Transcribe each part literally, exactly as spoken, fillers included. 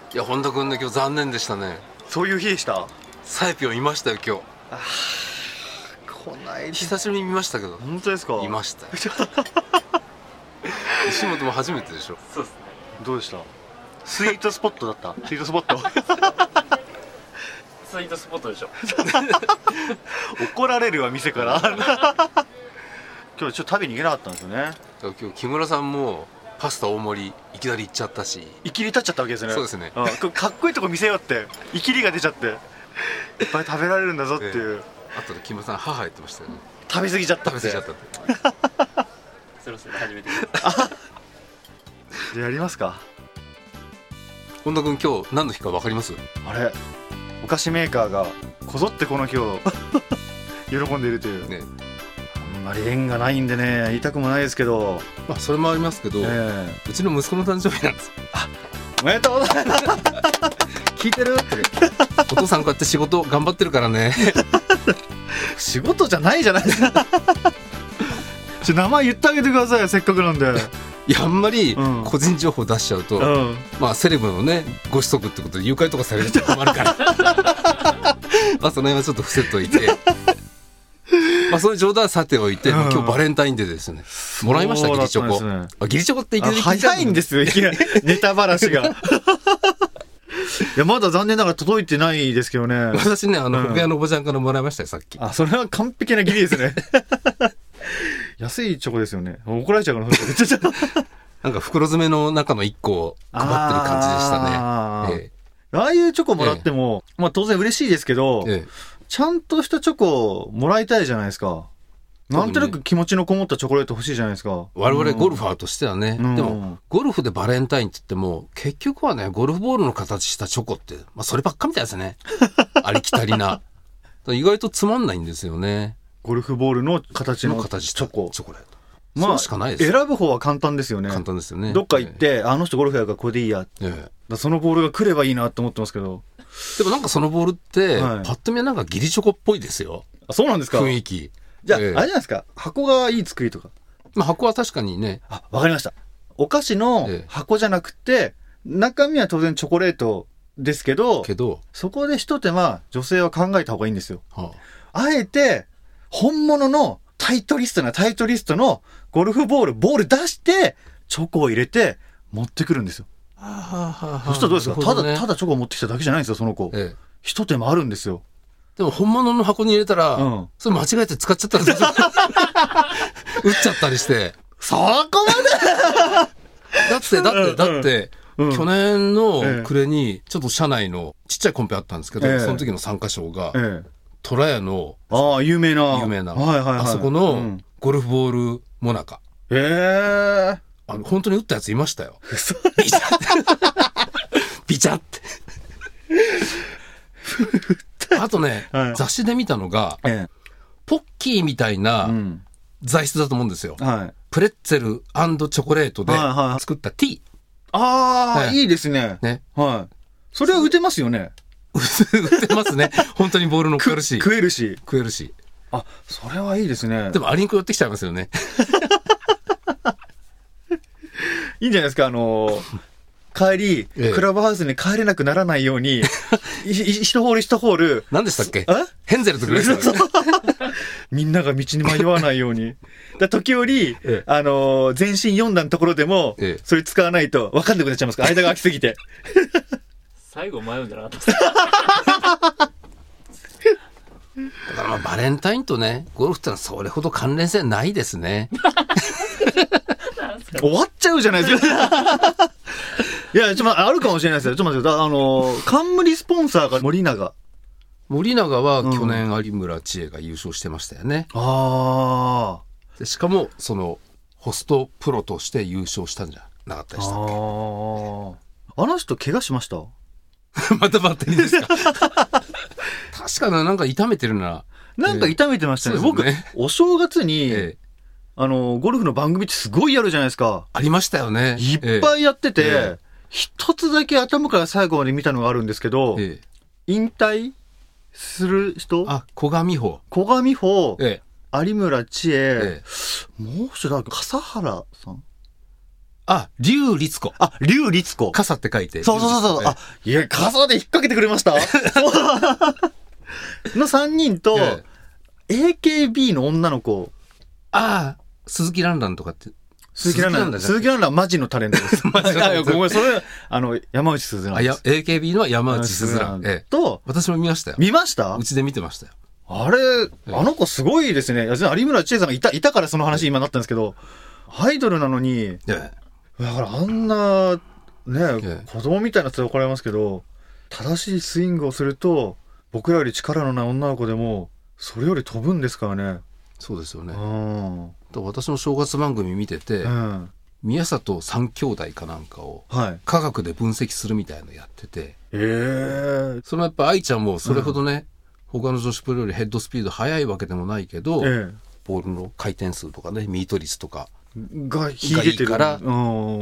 いや本田君ね今日残念でしたね。 そういう日でした。 サイピョンいましたよ今日。 あ来ない久しぶりに見ましたけど。 本当ですか。 いましたよ石本も初めてでしょ。 そうですね。どうでした。スイートスポットだったスイートスポットスイートスポットでしょ怒られるわ店から今日ちょっと食べに行けなかったんですよね。 今日木村さんもパスタ大盛りいきなり行っちゃったし、 いきり立っちゃったわけですね。 そうですね。 あかっこいいとこ見せようっていきりが出ちゃっていっぱい食べられるんだぞっていう、 えー、あとで木村さん母言ってましたよね。 食べ過ぎちゃったって食べ過ぎちゃったってそろそろ始めてじゃあやりますか。 本田君今日何の日か分かります？ あれお菓子メーカーがこぞってこの日を喜んでいるというね。あんまり縁がないんでね言いたくもないですけど、 まあそれもありますけど、えー、うちの息子の誕生日なんです。 あおめでとうございます聞いてるってお父さんこうやって仕事頑張ってるからね仕事じゃないじゃないですかちょ名前言ってあげてくださいよせっかくなんで。 いやあんまり個人情報出しちゃうと、うん、まあセレブのねご子息ってことで誘拐とかされると困るからまあその辺はちょっと伏せといてまあそういう冗談はさておいて、うん、今日バレンタインデーですよね。もらいました義理チョコ、ね、あ義理チョコっていきなり早いんですよいきなりネタばらしがいやまだ残念ながら届いてないですけどね。 私ねあの、うん、保屋のおばちゃんからもらいましたよさっき。 あそれは完璧な義理ですね安いチョコですよね。怒られちゃうかななんか袋詰めの中のいっこを配ってる感じでしたね。あ,、 ええ、ああいうチョコもらっても、ええ、まあ当然嬉しいですけど、ええ、ちゃんとしたチョコをもらいたいじゃないですか。なんとなく気持ちのこもったチョコレート欲しいじゃないですか。 我々ゴルファーとしてはね、うん、でもゴルフでバレンタインって言っても結局はねゴルフボールの形したチョコって、まあ、そればっかみたいですねありきたりな意外とつまんないんですよね。 ゴルフボールの形のチョコチョコレート、 まあ、 そうしかないですよ。 選ぶ方は簡単ですよね。 簡単ですよね。 どっか行って、えー、あの人ゴルフやるからこれでいいや、えー、だそのボールが来ればいいなと思ってますけど、 でもなんかそのボールって、はい、パッと見はなんか義理チョコっぽいですよ。 あそうなんですか。 雰囲気じゃあ、えー、あれじゃないですか箱がいい作りとか、 まあ、箱は確かにね。 あわかりました。お菓子の箱じゃなくて、えー、中身は当然チョコレートですけどけどそこで一手間女性は考えた方がいいんですよ、はあ、あえて本物のタイトリストなタイトリストのゴルフボールボール出してチョコを入れて持ってくるんですよ。はあはあ、そしたらどうですか、ね、ただただチョコを持ってきただけじゃないんですよその子、ええ、一手間あるんですよ。 でも本物の箱に入れたら、うん、それ間違えて使っちゃったら打っちゃったりしてそこまでだってだってだって、うん、去年の暮れにちょっと社内のちっちゃいコンペあったんですけど、ええ、その時の参加賞が、ええ虎屋のああ有名な有名な、 はいはいはい、 あそこのゴルフボールモナカ、 えー、 あの本当に打ったやついましたよ。ビチャってビチャってあとね、はい、雑誌で見たのが、ええ、ポッキーみたいな材質だと思うんですよ、はい、プレッツェル&チョコレートで作ったティー、はいはい、 ああ、ね、いいですね、ね、はい、それは打てますよね。 売ってますね。本当にボール乗っかるし食えるし食えるし、 あそれはいいですね。 でもアリンコ寄ってきちゃいますよねいいんじゃないですか。あのー、帰り、ええ、クラブハウスに帰れなくならないように一ホール一ホール何でしたっけヘンゼルとグレースみんなが道に迷わないようにだ時折、ええ、あのー、全身読んだところでも、ええ、それ使わないと分かんなくなっちゃいますから間が空きすぎて最後迷うんじゃなかったですかだからまあバレンタインとねゴルフってのはそれほど関連性ないですね終わっちゃうじゃないですかいやちょっとあるかもしれないですよ。ちょっと待ってください。あの冠スポンサーが森永森永は去年有村知恵が優勝してましたよね、うん、あでしかもそのホストプロとして優勝したんじゃなかったでしたっけ。ああの人怪我しましたまたバッテリーですか確かな、なんか痛めてるな。 なんか痛めてましたね、えー、僕、ね、お正月に、えー、あのゴルフの番組ってすごいやるじゃないですか。 ありましたよね。 いっぱいやってて、えー、一つだけ頭から最後まで見たのがあるんですけど、えー、引退する人、 あ、古賀美穂古賀美穂、 えー、 有村知恵、えー、もう一人だ、笠原さん、 あ、竜律子。 あ、竜律子。 傘って書いて。 そうそうそうそう。あ、いや、傘で引っ掛けてくれましたのさんにんと、ええ、エーケービー の女の子。 ああ、鈴木ランランとかって。 鈴木ランラン、鈴木ランランマジのタレントです。マジのタレント。ごめん、それ、あの、山内すずらんです。 あ、エーケービー のは山内すずらん。ええ。 と、 私も見ましたよ。 見ました？ うちで見てましたよ。 あれ、あの子すごいですね。有村千恵さんがいた、いたからその話今なったんですけど、アイドルなのに、ええ、だからあんな、ね、ええ、子供みたいなって怒られますけど、正しいスイングをすると、僕らより力のない女の子でも、それより飛ぶんですからね。 そうですよね。 うん、 私も正月番組見てて、うん、宮里三兄弟かなんかを科学で分析するみたいなのやってて、 はい、 そのやっぱ愛ちゃんもそれほどね、うん、他の女子プロよりヘッドスピード速いわけでもないけど、ええ、ボールの回転数とかね、ミート率とかがいいから、 うん、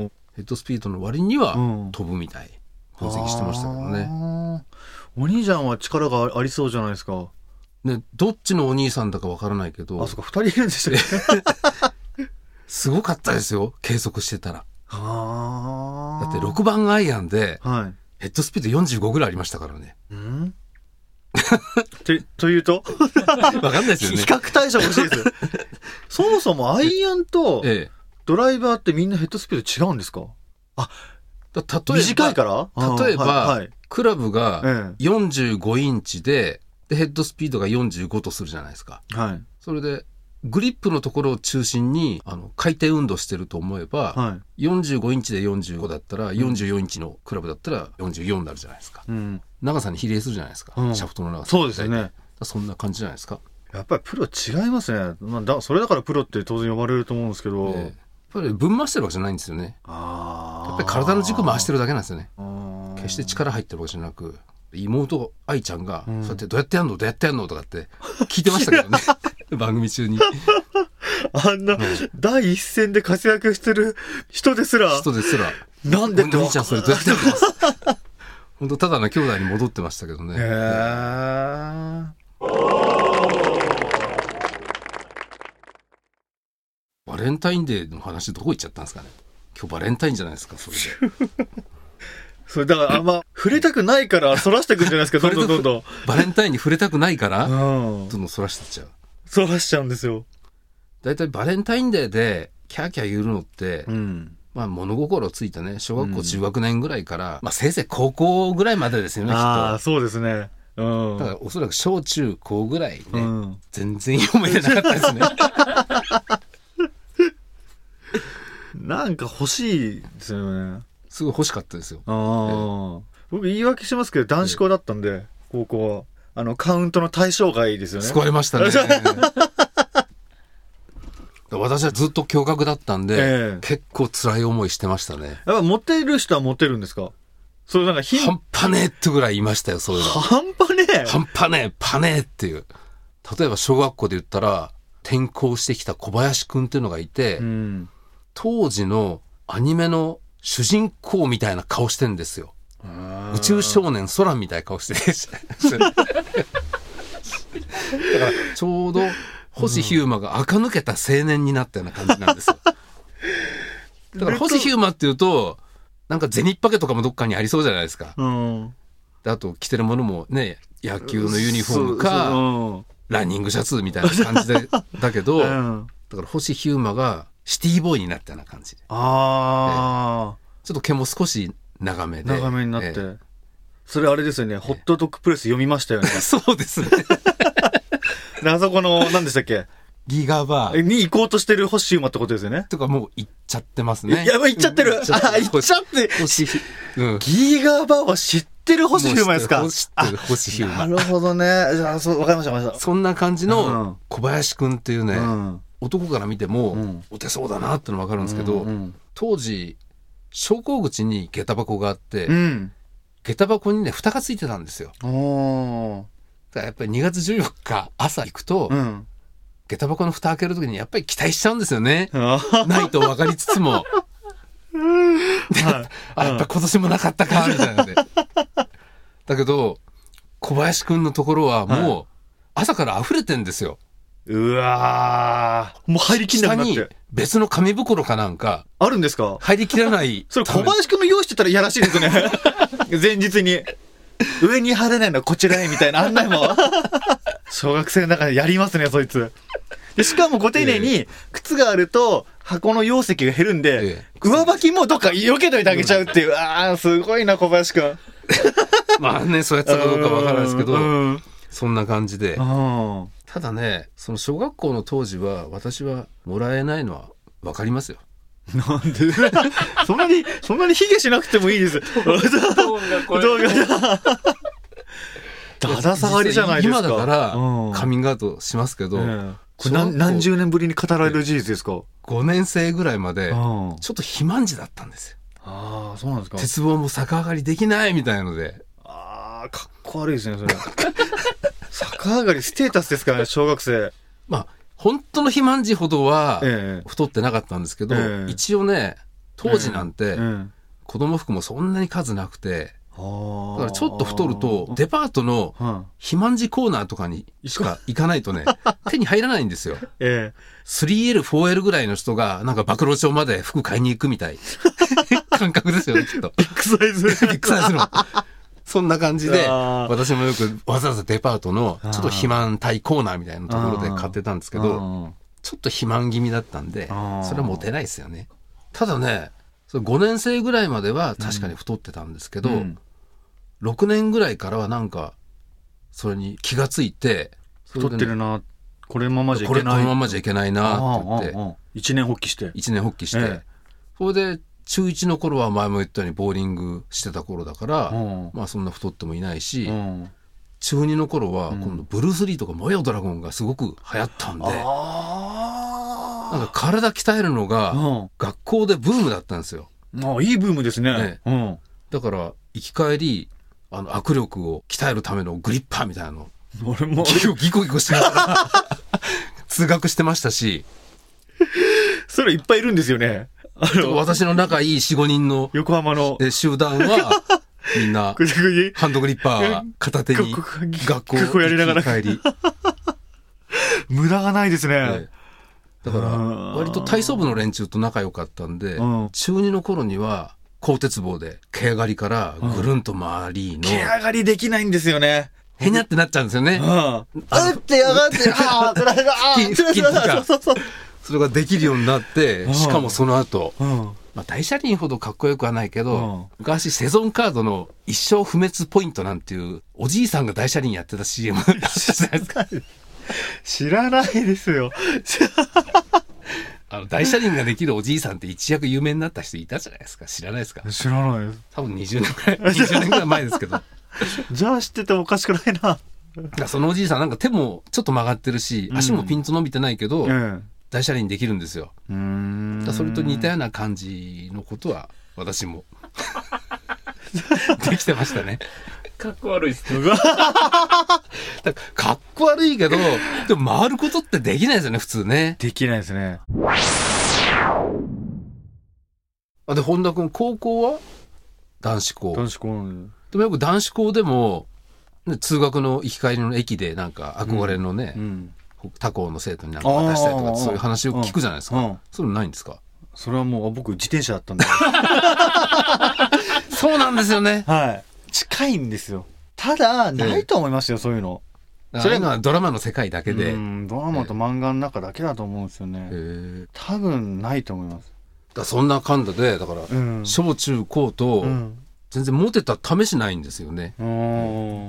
ヘッドスピードの割には飛ぶみたい、分析してましたけどね。 お兄ちゃんは力がありそうじゃないですか。 ね、どっちのお兄さんだかわからないけど、 あ、そっか、二人いるんでしたね。すごかったですよ、計測してたら。 あだってろくばんアイアンで、はい、ヘッドスピードよんじゅうごぐらいありましたからね。 んてというとわかんないですよね。 比較対象欲しいです。そもそもアイアンとドライバーってみんなヘッドスピード違うんですか？あ、 だ例えば短いから例えば、 はいはい、 クラブがよんじゅうごインチで、でヘッドスピードがよんじゅうごとするじゃないですか。 はい、 それでグリップのところを中心にあの回転運動してると思えば、はい、よんじゅうごインチでよんじゅうごだったら、うん、よんじゅうよんインチのクラブだったらよんじゅうよんになるじゃないですか。うん、長さに比例するじゃないですか、うん、シャフトの長さ。 そうですよね。 そんな感じじゃないですか。 やっぱりプロ違いますね。まあ、だそれだからプロって当然呼ばれると思うんですけど、えー、やっぱり分回してるわけじゃないんですよね。 あやっぱり体の軸回してるだけなんですよね。決して力入ってるわけじゃなく、妹愛ちゃんが、うん、そうやってどうやってやんのどうやってやんのとかって聞いてましたけどね番組中にあんな、うん、第一線で活躍してる人ですら人ですらなんでってお兄ちゃんそれどうやってやるの本当ただの兄弟に戻ってましたけどね。 へー、 バレンタインデーの話どこ行っちゃったんですかね。今日バレンタインじゃないですかそれでそれだからあんま触れたくないからそらしていくんじゃないですかどんどんどんどんバレンタインに触れたくないから、うん、どんどんそらしてっちゃうそらしちゃうんですよ。 だいたいバレンタインデーでキャーキャー言うのって、うん、まあ物心ついたね小学校中学年ぐらいから、うん、まあせいぜい高校ぐらいまでですよねきっと。 ああそうですね、うん、 だからおそらく小中高ぐらいね、うん、全然読めてなかったですねなんか欲しいですよね。 すごい欲しかったですよ。 あ、えー、僕言い訳しますけど男子校だったんで、えー、高校はあのカウントの対象外ですよね。 救われましたね私はずっと共学だったんで、えー、結構辛い思いしてましたね。 やっぱモテる人はモテるんですか？それなんか半端ねえってぐらいいましたよそういうの。 半端ねえ半端ねえパねえっていう。例えば小学校で言ったら転校してきた小林くんっていうのがいて、うん、当時のアニメの主人公みたいな顔してんですよ。宇宙少年空みたいな顔してだからちょうど星飛雄馬が垢抜けた青年になったような感じなんですよ。だから星飛雄馬っていうとなんか銭っぱけとかもどっかにありそうじゃないですか、うん、であと着てるものもね野球のユニフォームか、うん、ランニングシャツみたいな感じでだけど、うん、だから星飛雄馬がシティボーイになったような感じで、 あ、 えー、ちょっと毛も少し長めで長めになって、えー、それあれですよね、えー、ホットドッグプレス読みましたよねそうですねあそこの何でしたっけギガバーに行こうとしてる星飛雄馬ってことですよね。 とかもう行っちゃってますね。 いやばい行っちゃってる、うん、あ行っちゃって星、うん、ギガバーは知ってる星飛雄馬ですか。 知ってる星飛雄馬。 なるほどね。じゃあそう分かりました分かりました。 そんな感じの小林くんっていうね、うん、男から見ても、うん、モテそうだなっての分かるんですけど、うんうん、当時昇降口に下駄箱があって、うん、下駄箱にね蓋がついてたんですよ。 おだからやっぱりにがつじゅうよっか朝行くと、うん、下駄箱の蓋開けるときにやっぱり期待しちゃうんですよねないと分かりつつも、はい、あやっぱ今年もなかったかみたいなのでだけど小林くんのところはもう朝から溢れてんですよ。 うわー。もう入りきんなくなって。 下に別の紙袋かなんか。 あるんですか？ 入りきらない。 それ小林くんの用意してたらやらしいですね。前日に。上に貼れないのはこちらへみたいな案内も。小学生の中でやりますね、そいつ。で、しかもご丁寧に、靴があると箱の容積が減るんで、ええ、上履きもどっか避けといてあげちゃうっていう。あー、すごいな、小林くん。 まあね、そうやってたかどうかわからないですけど、そんな感じで。ただね、その小学校の当時は、私はもらえないのはわかりますよ。 なんでそんなに、そんなに卑下しなくてもいいです。動画動画だだ下がりじゃないですか。 今だからカミングアウトしますけど、うん、 これ 何, 何十年ぶりに語られる事実ですか？ ごねん生ぐらいまでちょっと肥満児だったんですよ。 ああ、そうなんですか。 鉄棒も逆上がりできないみたいので。 ああ、かっこ悪いですね、それ。逆上がりステータスですからね、小学生。 まあ本当の肥満児ほどは太ってなかったんですけど、ええ、一応ね、当時なんて子供服もそんなに数なくて、だからちょっと太るとデパートの肥満児コーナーとかにしか行かないとね、手に入らないんですよ。ええ、スリーエル、フォーエル ぐらいの人がなんか暴露町まで服買いに行くみたい感覚ですよね、きっと。 ビッグサイズ。 ビッグサイズの。そんな感じで、私もよくわざわざデパートのちょっと肥満体コーナーみたいなところで買ってたんですけど、ちょっと肥満気味だったんで、それはモテないですよね。ただね、ごねん生ぐらいまでは確かに太ってたんですけど、うん、ろくねんぐらいからはなんか、それに気がついて、 それでね、太ってるな、これままじゃいけない。 これこのままじゃいけないなって言って、 一年発起して。 一年発起して、ええ、それで、中いちの頃は前も言ったようにボーリングしてた頃だから、うん、まあそんな太ってもいないし、うん、中にの頃は今度ブルース・リーとか燃えよドラゴンがすごく流行ったんで、うん、なんか体鍛えるのが学校でブームだったんですよ。 ああ、いいブームですね。ね、 うん、だから行き帰り、あの握力を鍛えるためのグリッパーみたいなの俺もギコギコしながら通学してましたし、 それいっぱいいるんですよね。 あの私の仲いい よん、ごにんの横浜の集団はみんなハンドグリッパー片手に学校やりながら帰り無駄がないですね。 だから割と体操部の連中と仲良かったんで、中にの頃には鋼鉄棒で毛上がりからぐるんと回りの毛上がりできないんですよね。 へにゃってなっちゃうんですよね。 あって上がってああ腹筋とかそれができるようになって、しかもその後、うん、まあ、大車輪ほどかっこよくはないけど、うん、昔セゾンカードの一生不滅ポイントなんていうおじいさんが大車輪やってた シーエム知らないですよ。 あの大車輪ができるおじいさんって一躍有名になった人いたじゃないですか。知らないですか？ 知らないです。 多分にじゅうねんくらい、にじゅうねんくらい前ですけど。 じゃあ知っててもおかしくないな。 そのおじいさんなんか手もちょっと曲がってるし、足もピンと伸びてないけど、うん、大車輪できるんですよ。うーん、だそれと似たような感じのことは私もできてましたね。 かっこ悪いっすね。 だかっこ悪いけど、でも回ることってできないですよね、普通ね。 できないですね。 あ、で本田君高校は男子校。 男子校。 でもよく男子校でも、ね、通学の行き帰りの駅でなんか憧れのね、うんうん他校の生徒になんか渡したりとかそういう話を聞くじゃないですか。うんうん、そういうのないんですか？ それはもう僕自転車だったんで。 そうなんですよね。 はい。近いんですよ。ただないと思いますよ、えー、そういうの。 それがドラマの世界だけで。 うん、ドラマと漫画の中だけだと思うんですよね。えー、多分ないと思います。 だそんな感じでだから、うん、小中高と全然モテた試しないんですよね。うん、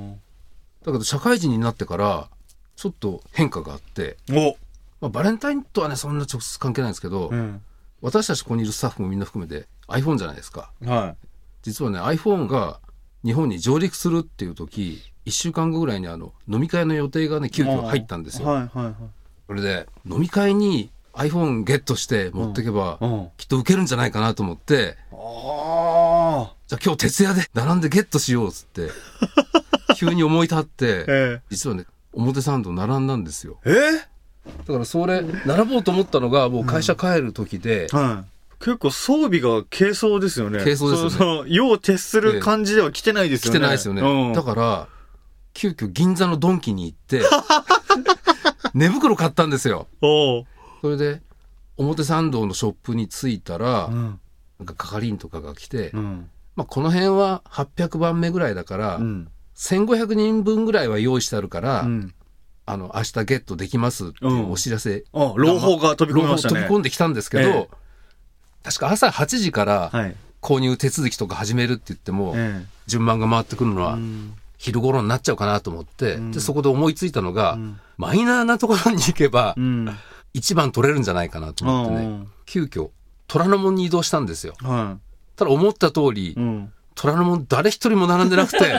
だけど社会人になってからちょっと変化があって、お、まあ、バレンタインとはねそんな直接関係ないんですけど、うん、私たちここにいるスタッフもみんな含めて iPhone じゃないですか。はい、実はね iPhone が日本に上陸するっていう時いっしゅうかんごぐらいにあの飲み会の予定がね急遽入ったんですよ。はいはいはい、それで飲み会に iPhone ゲットして持ってけば、うんうん、きっとウケるんじゃないかなと思って、あじゃあ今日徹夜で並んでゲットしようっつって急に思い立って、ええ、実はね表参道並んだんですよ。えだからそれ並ぼうと思ったのがもう会社帰る時で、うんはい、 結構装備が軽装ですよね。 軽装ですよね。 そうそう用を徹する感じでは来てないですよね。 来てないですよね、うん、だから急遽銀座のドンキに行って寝袋買ったんですよ。 おそれで表参道のショップに着いたら、 うん、 なんか係員とかが来て、 うん、 まあ、この辺ははっぴゃくばんめぐらいだから、うん、せんごひゃくにんぶんぐらいは用意してあるから、うん、あの明日ゲットできますっていうお知らせ、 うん、朗報が飛び込みましたね。 飛び込んできたんですけど、ええ、確か朝はちじから購入手続きとか始めるって言っても、ええ、順番が回ってくるのは昼頃になっちゃうかなと思って、うん、でそこで思いついたのが、うん、マイナーなところに行けば、うん、一番取れるんじゃないかなと思ってね、うん、急遽虎ノ門に移動したんですよ、うん、ただ思った通り、うん、虎ノ門誰一人も並んでなくて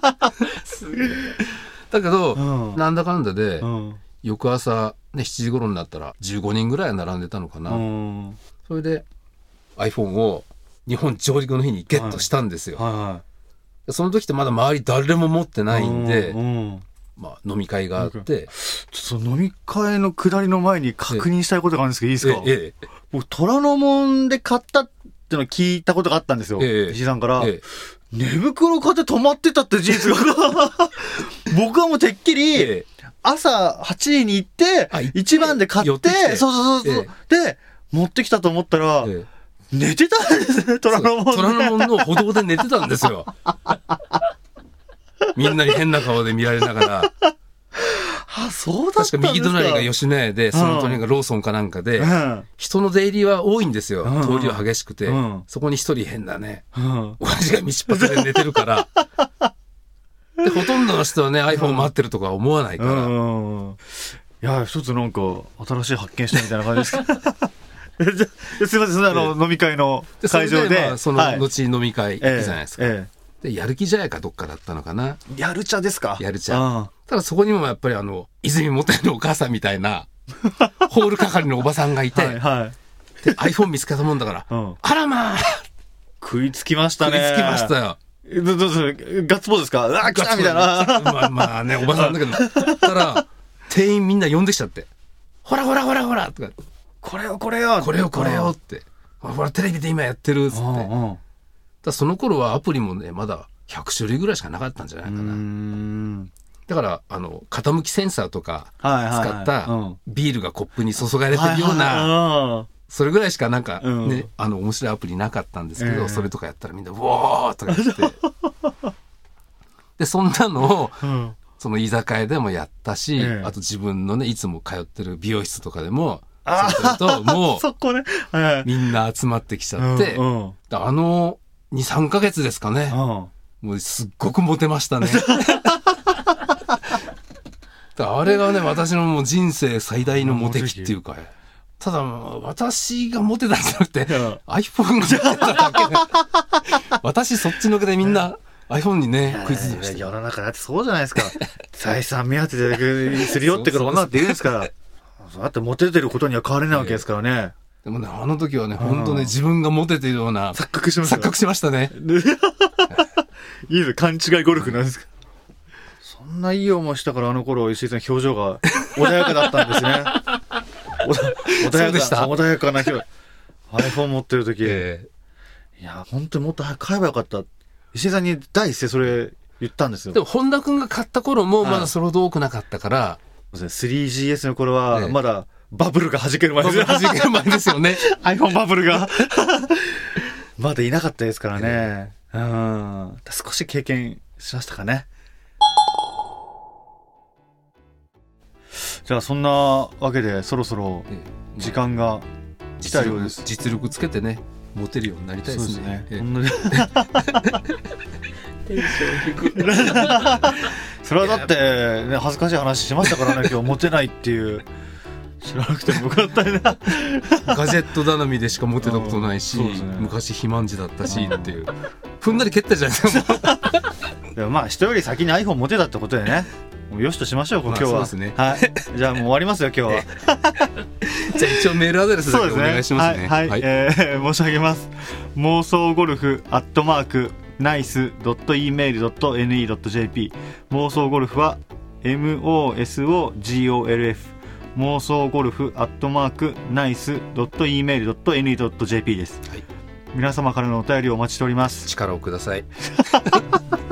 だけど、うん、なんだかんだで、うん、翌朝、ね、しちじ頃になったらじゅうごにんぐらい並んでたのかな、うん、それで iPhone を日本上陸の日にゲットしたんですよ、はいはいはい、その時ってまだ周り誰も持ってないんで、うんうん、まあ、飲み会があってちょっと飲み会の下りの前に確認したいことがあるんですけどいいですか。ええ、僕虎ノ門で買ったっての聞いたことがあったんですよ、ええ、石井さんから、ええ、寝袋買って泊まってたって事実が僕はもうてっきり、ええ、朝はちじに行って一番で買ってそうそうそうそう、ええ、で持ってきたと思ったら、ええ、寝てたんですね、虎ノ門で。 虎ノ門の歩道で寝てたんですよみんなに変な顔で見られながらあ、そうだったんですか。 確か右隣が吉野家で、その隣がローソンかなんかで、うん、人の出入りは多いんですよ、うん、通りは激しくて、うん、そこに一人変なね、うん、親父が道っ端で寝てるからでほとんどの人はね iPhone 待ってるとか思わないから、うんうん、 いや一つなんか新しい発見したみたいな感じですかすいません、あの飲み会の会場 で, で、まあ、 その後飲み会行くじゃないですか、 ええええ、 でやる気茶屋かどっかだったのかな。 やる茶ですか。 やる茶。ただそこにもやっぱりあの泉元のお母さんみたいなホール係のおばさんがいてはい、はい、で iPhone 見つけたもんだから、うん、あらまあ食いつきましたね。 食いつきましたよ。 どどうぞガッツポーズですか。うわ来たみたいなまあまあねおばさんだけどたら店員みんな呼んできちゃってほらほらほらほらとかこれよこれよこれよこれよってほらテレビで今やってるっつって、うんうん、だその頃はアプリもねまだひゃくしゅるいぐらいしかなかったんじゃないかな。うーんだからあの傾きセンサーとか使ったビールがコップに注がれてるようなそれぐらいしかなんかね、うん、あの面白いアプリなかったんですけど、えー、それとかやったらみんなうおーとか言ってでそんなのを、うん、その居酒屋でもやったし、えー、あと自分のねいつも通ってる美容室とかでもそうするともうそこね、はい、 みんな集まってきちゃって、うんうん、あの にさんかげつですかね、うん、もうすっごくモテましたねあれがね私のもう人生最大のモテ期っていうかただ私がモテたんじゃなくて iPhone がモテただけで私そっちのけでみんな iPhone にね食いついてました。 世の中だってそうじゃないですか財産目当てですり寄ってくる女って言うんですからだってモテてることには変われないわけですからね、えー、 でもねあの時はね本当ね自分がモテてるような錯覚しました錯覚しましたねいいです勘違いゴルフなんですか。そんないい思いしたからあの頃石井さん表情が穏やかだったんですね穏やかでした穏やかな表 iPhone 持ってる時、えー、いや本当にもっと早く買えばよかった。石井さんに第一声それ言ったんですよ。 でも本田君が買った頃もまだそれほど多くなかったから、はい、 スリージーエス の頃はまだバブルが弾ける前ですよ、 弾ける前ですよね iPhone バブルがまだいなかったですからね、うん、少し経験しましたかね。じゃあそんなわけでそろそろ時間が来たようです。 実力つけてねモテるようになりたいですね。そうですね、 テンション低いそれはだって、ね、恥ずかしい話しましたからね今日モテないっていう知らなくてもよかったなガジェット頼みでしかモテたことないし、ね、昔肥満児だったしっていうふんなり蹴ったじゃないですかでもまあ人より先に iPhone 持てたってことでねよしとしましょう今日は、まあそうですね、はい、じゃあもう終わりますよ今日はじゃあ一応メールアドレスだけお願いしますね。 はい、はいはい、えー、申し上げます。妄想ゴルフアットマークナイスドットイーメールドットエヌイードットジェーピー 妄想ゴルフは エムオーエスオージーオーエルエフ 妄想ゴルフアットマークナイスドットイーメールドットエヌイードットジェーピー です、はい、皆様からのお便りをお待ちしております。 力をください